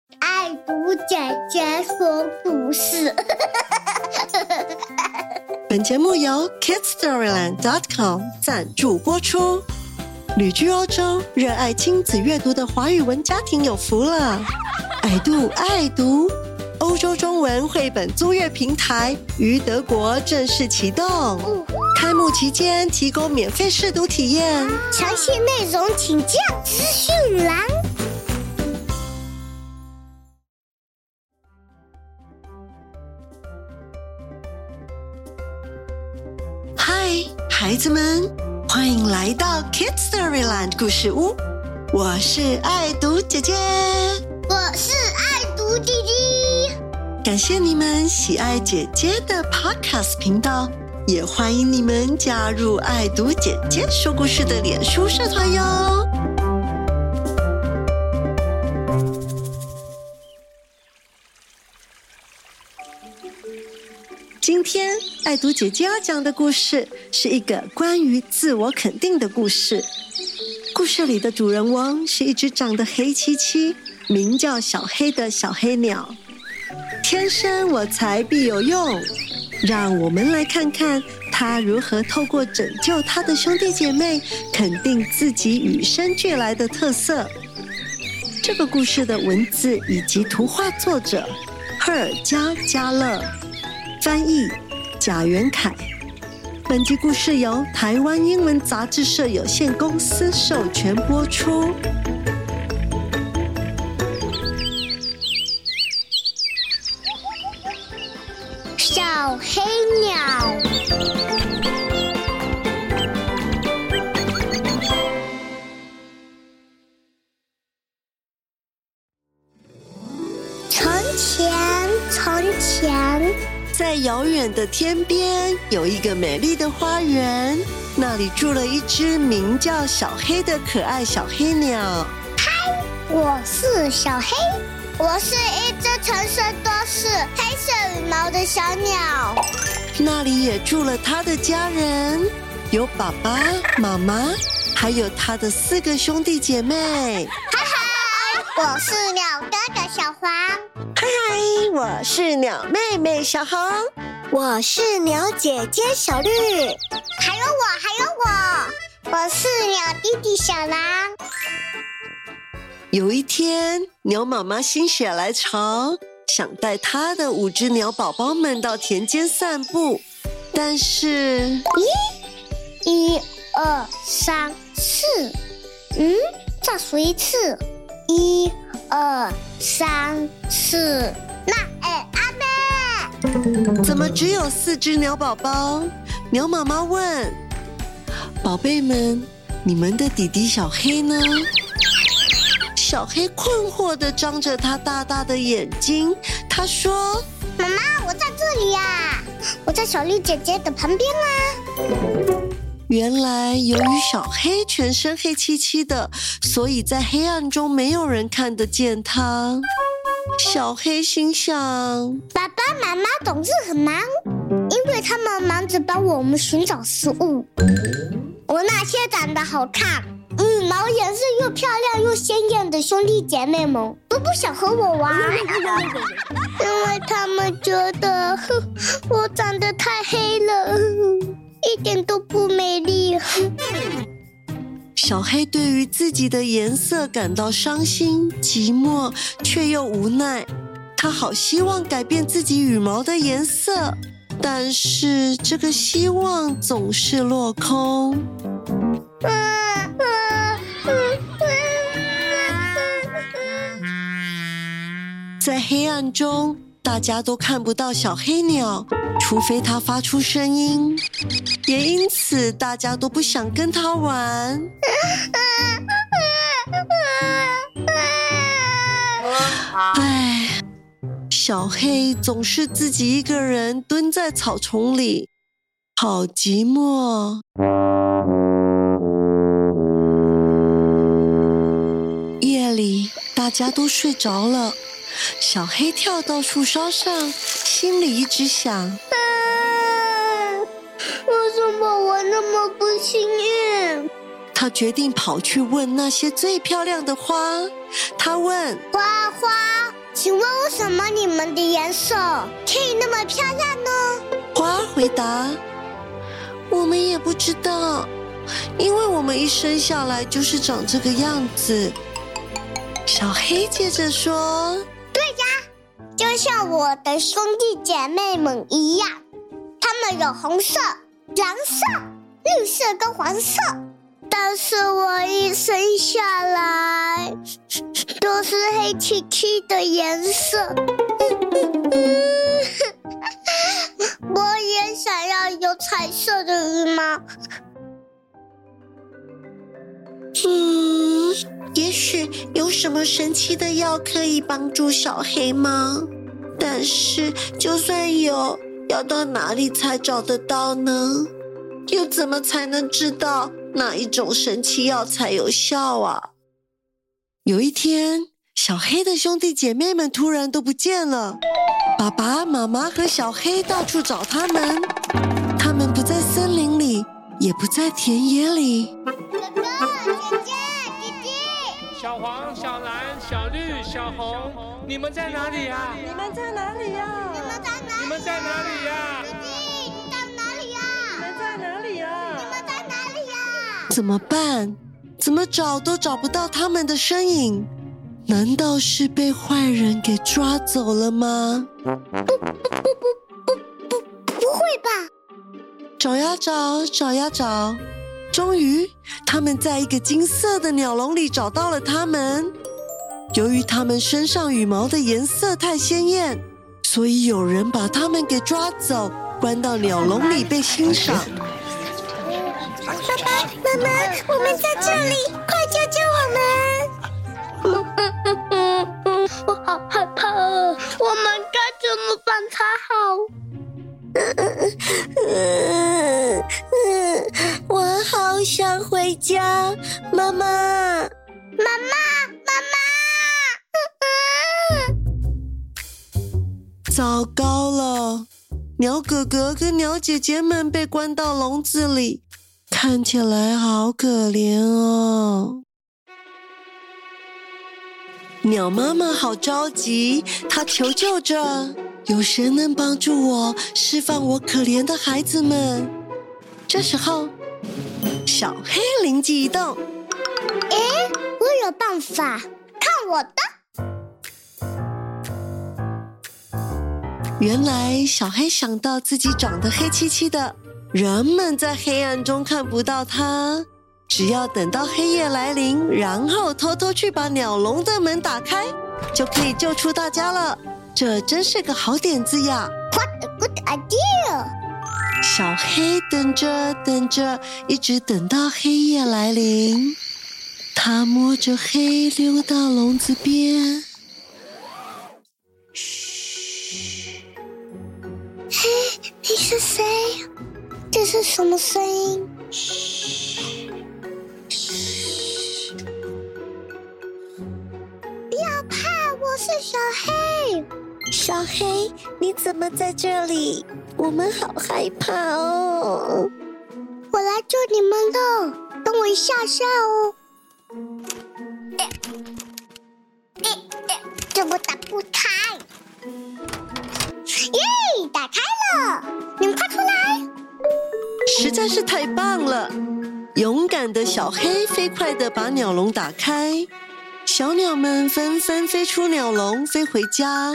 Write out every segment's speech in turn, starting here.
爱读姐姐说故事。 本节目由 KidsStoryland.com 赞助播出。旅居欧洲，热爱亲子阅读的华语文家庭有福了。爱读，欧洲中文绘本租阅平台于德国正式启动。开幕期间提供免费试读体验， 详细内容请见资讯栏。 嗨，孩子们，欢迎来到 KidsStoryland 故事屋，我是爱读姐姐， 我是爱读弟弟。 感谢你们喜爱姐姐的 Podcast 频道，也欢迎你们加入爱读姐姐说故事的脸书社团哟。今天爱读姐姐要讲的故事是一个关于自我肯定的故事。故事里的主人翁是一只长得黑漆漆、名叫小黑的小黑鸟。天生我材必有用，让我们来看看他如何透过拯救他的兄弟姐妹，肯定自己与生俱来的特色。这个故事的文字以及图画作者赫尔加·加勒，翻译贾元凯。本集故事由台湾英文杂志社有限公司授权播出。 小黑鸟。从前， 在遥远的天边有一个美丽的花园，那里住了一只名叫小黑的可爱小黑鸟。 嗨，我是小黑，我是一只全身都是黑色羽毛的小鸟。 那里也住了他的家人，有爸爸妈妈，还有他的4个兄弟姐妹。 嗨嗨，我是鸟哥哥小黄。 嗨，我是鸟妹妹小红， 我是鸟姐姐小绿， 还有我，我是鸟弟弟小狼。 有一天，鸟妈妈心血来潮，想带她的5只鸟宝宝们到田间散步，但是 1、2、3、4，再数一次，1、2、3、4。阿妹， 怎么只有4只鸟宝宝？鸟妈妈问：“宝贝们，你们的弟弟小黑呢？”小黑困惑地张着他大大的眼睛，他说：“ 妈妈，我在这里呀，我在小绿姐姐的旁边啊。” 原来由于小黑全身黑漆漆的，所以在黑暗中没有人看得见他。小黑心想， 爸爸妈妈总是很忙，因为他们忙着帮我们寻找食物。我那些长得好看，羽毛颜色又漂亮又鲜艳的兄弟姐妹们都不想和我玩，因为他们觉得我长得太黑了，一点都不美丽。 小黑对于自己的颜色感到伤心、寂寞，却又无奈。他好希望改变自己羽毛的颜色，但是这个希望总是落空。在黑暗中，大家都看不到小黑鸟，除非它发出声音，也因此大家都不想跟它玩。唉，小黑总是自己一个人蹲在草丛里，好寂寞。夜里，大家都睡着了。小黑跳到树梢上，心里一直想： 为什么我那么不幸运？ 他决定跑去问那些最漂亮的花。他问： 花花， 请问为什么你们的颜色可以那么漂亮呢？ 花回答：我们也不知道，因为我们一生下来就是长这个样子。小黑接着说： 对呀，就像我的兄弟姐妹们一样，他们有红色、蓝色、绿色跟黄色，但是我一生下来都是黑漆漆的颜色。我也想要有彩色的羽毛。 也许有什么神奇的药可以帮助小黑吗？但是就算有，要到哪里才找得到呢？又怎么才能知道哪一种神奇药才有效啊？有一天，小黑的兄弟姐妹们突然都不见了。爸爸妈妈和小黑到处找他们，他们不在森林里，也不在田野里。 哥哥、姐姐、弟弟， 小黄、小蓝、小绿、小红，你们在哪里呀？ 你们在哪里呀？ 你们在哪里呀？ 弟弟，你到哪里呀？ 你们在哪里呀？ 你们在哪里呀？ 怎么办？怎么找都找不到他们的身影。难道是被坏人给抓走了吗？ 不会吧？ 找呀找，找呀找，终于，他们在一个金色的鸟笼里找到了他们。由于他们身上羽毛的颜色太鲜艳，所以有人把他们给抓走，关到鸟笼里被欣赏。 爸爸妈妈，我们在这里，快救救我们！ 我好害怕哦，我们该怎么办才好？ 我好想回家，妈妈。 妈妈， 糟糕了，鸟哥哥跟鸟姐姐们被关到笼子里，看起来好可怜哦。鸟妈妈好着急，她求救着：有谁能帮助我，释放我可怜的孩子们？这时候，小黑灵机一动： 我有办法，看我的！ 原来小黑想到自己长得黑漆漆的，人们在黑暗中看不到它。只要等到黑夜来临，然后偷偷去把鸟笼的门打开，就可以救出大家了。这真是个好点子呀！ What a good idea！ 小黑等着等着，一直等到黑夜来临。他摸着黑溜到笼子边。嘘， 你是谁？这是什么声音？不要怕，我是小黑。 小黑，你怎么在这里？我们好害怕哦！ 我来救你们了，等我一下下哦。怎么打不开？耶，打开了！你们快出来！ 实在是太棒了！勇敢的小黑飞快地把鸟笼打开，小鸟们纷纷飞出鸟笼，飞回家。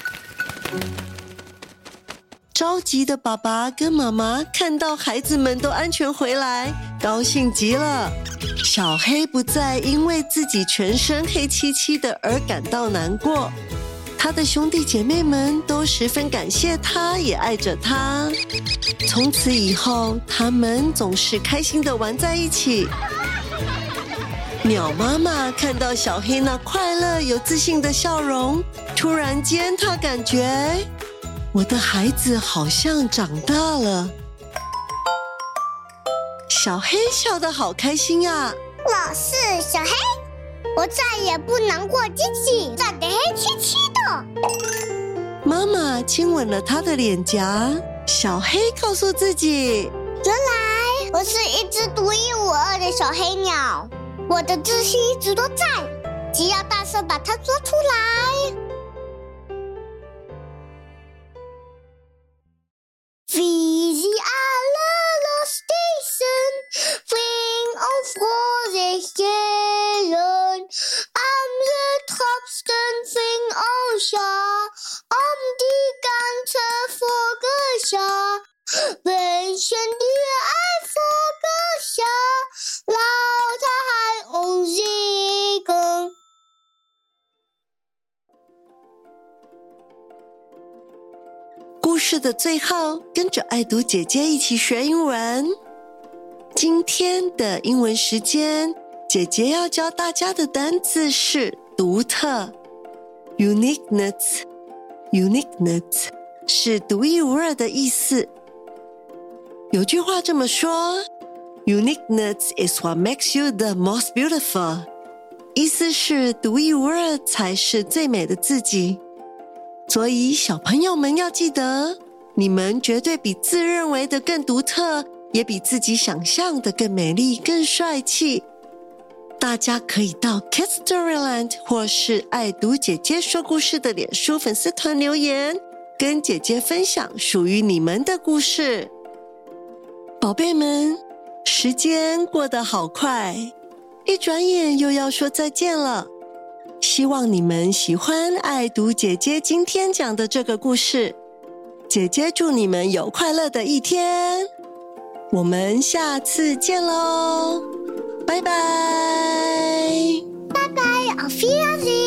着急的爸爸跟妈妈看到孩子们都安全回来，高兴极了。小黑不再因为自己全身黑漆漆的而感到难过，他的兄弟姐妹们都十分感谢他，也爱着他。从此以后，他们总是开心地玩在一起。鸟妈妈看到小黑那快乐有自信的笑容，突然间她感觉我的孩子好像长大了。小黑笑得好开心呀！ 我是小黑，我再也不难过自己长得黑漆漆的。 妈妈亲吻了他的脸颊，小黑告诉自己， 原来我是一只独一无二的小黑鸟，我的自信一直都在，只要大声把它说出来。 下，我们的甘蔗佛个下，危险的爱佛个下，老他还往一根。 故事的最后，跟着爱读姐姐一起学英文。今天的英文时间，姐姐要教大家的单字是独特 uniqueness。 uniqueness 是独一无二的意思。有句话这么说， uniqueness is what makes you the most beautiful， 意思是独一无二才是最美的自己。所以小朋友们要记得，你们绝对比自认为的更独特，也比自己想象的更美丽更帅气。大家可以到 Kids Storyland 或是爱读姐姐说故事的脸书粉丝团留言，跟姐姐分享属于你们的故事。宝贝们，时间过得好快，一转眼又要说再见了。希望你们喜欢爱读姐姐今天讲的这个故事。姐姐祝你们有快乐的一天，我们下次见咯，拜拜。 拜拜，auf Wiedersehen。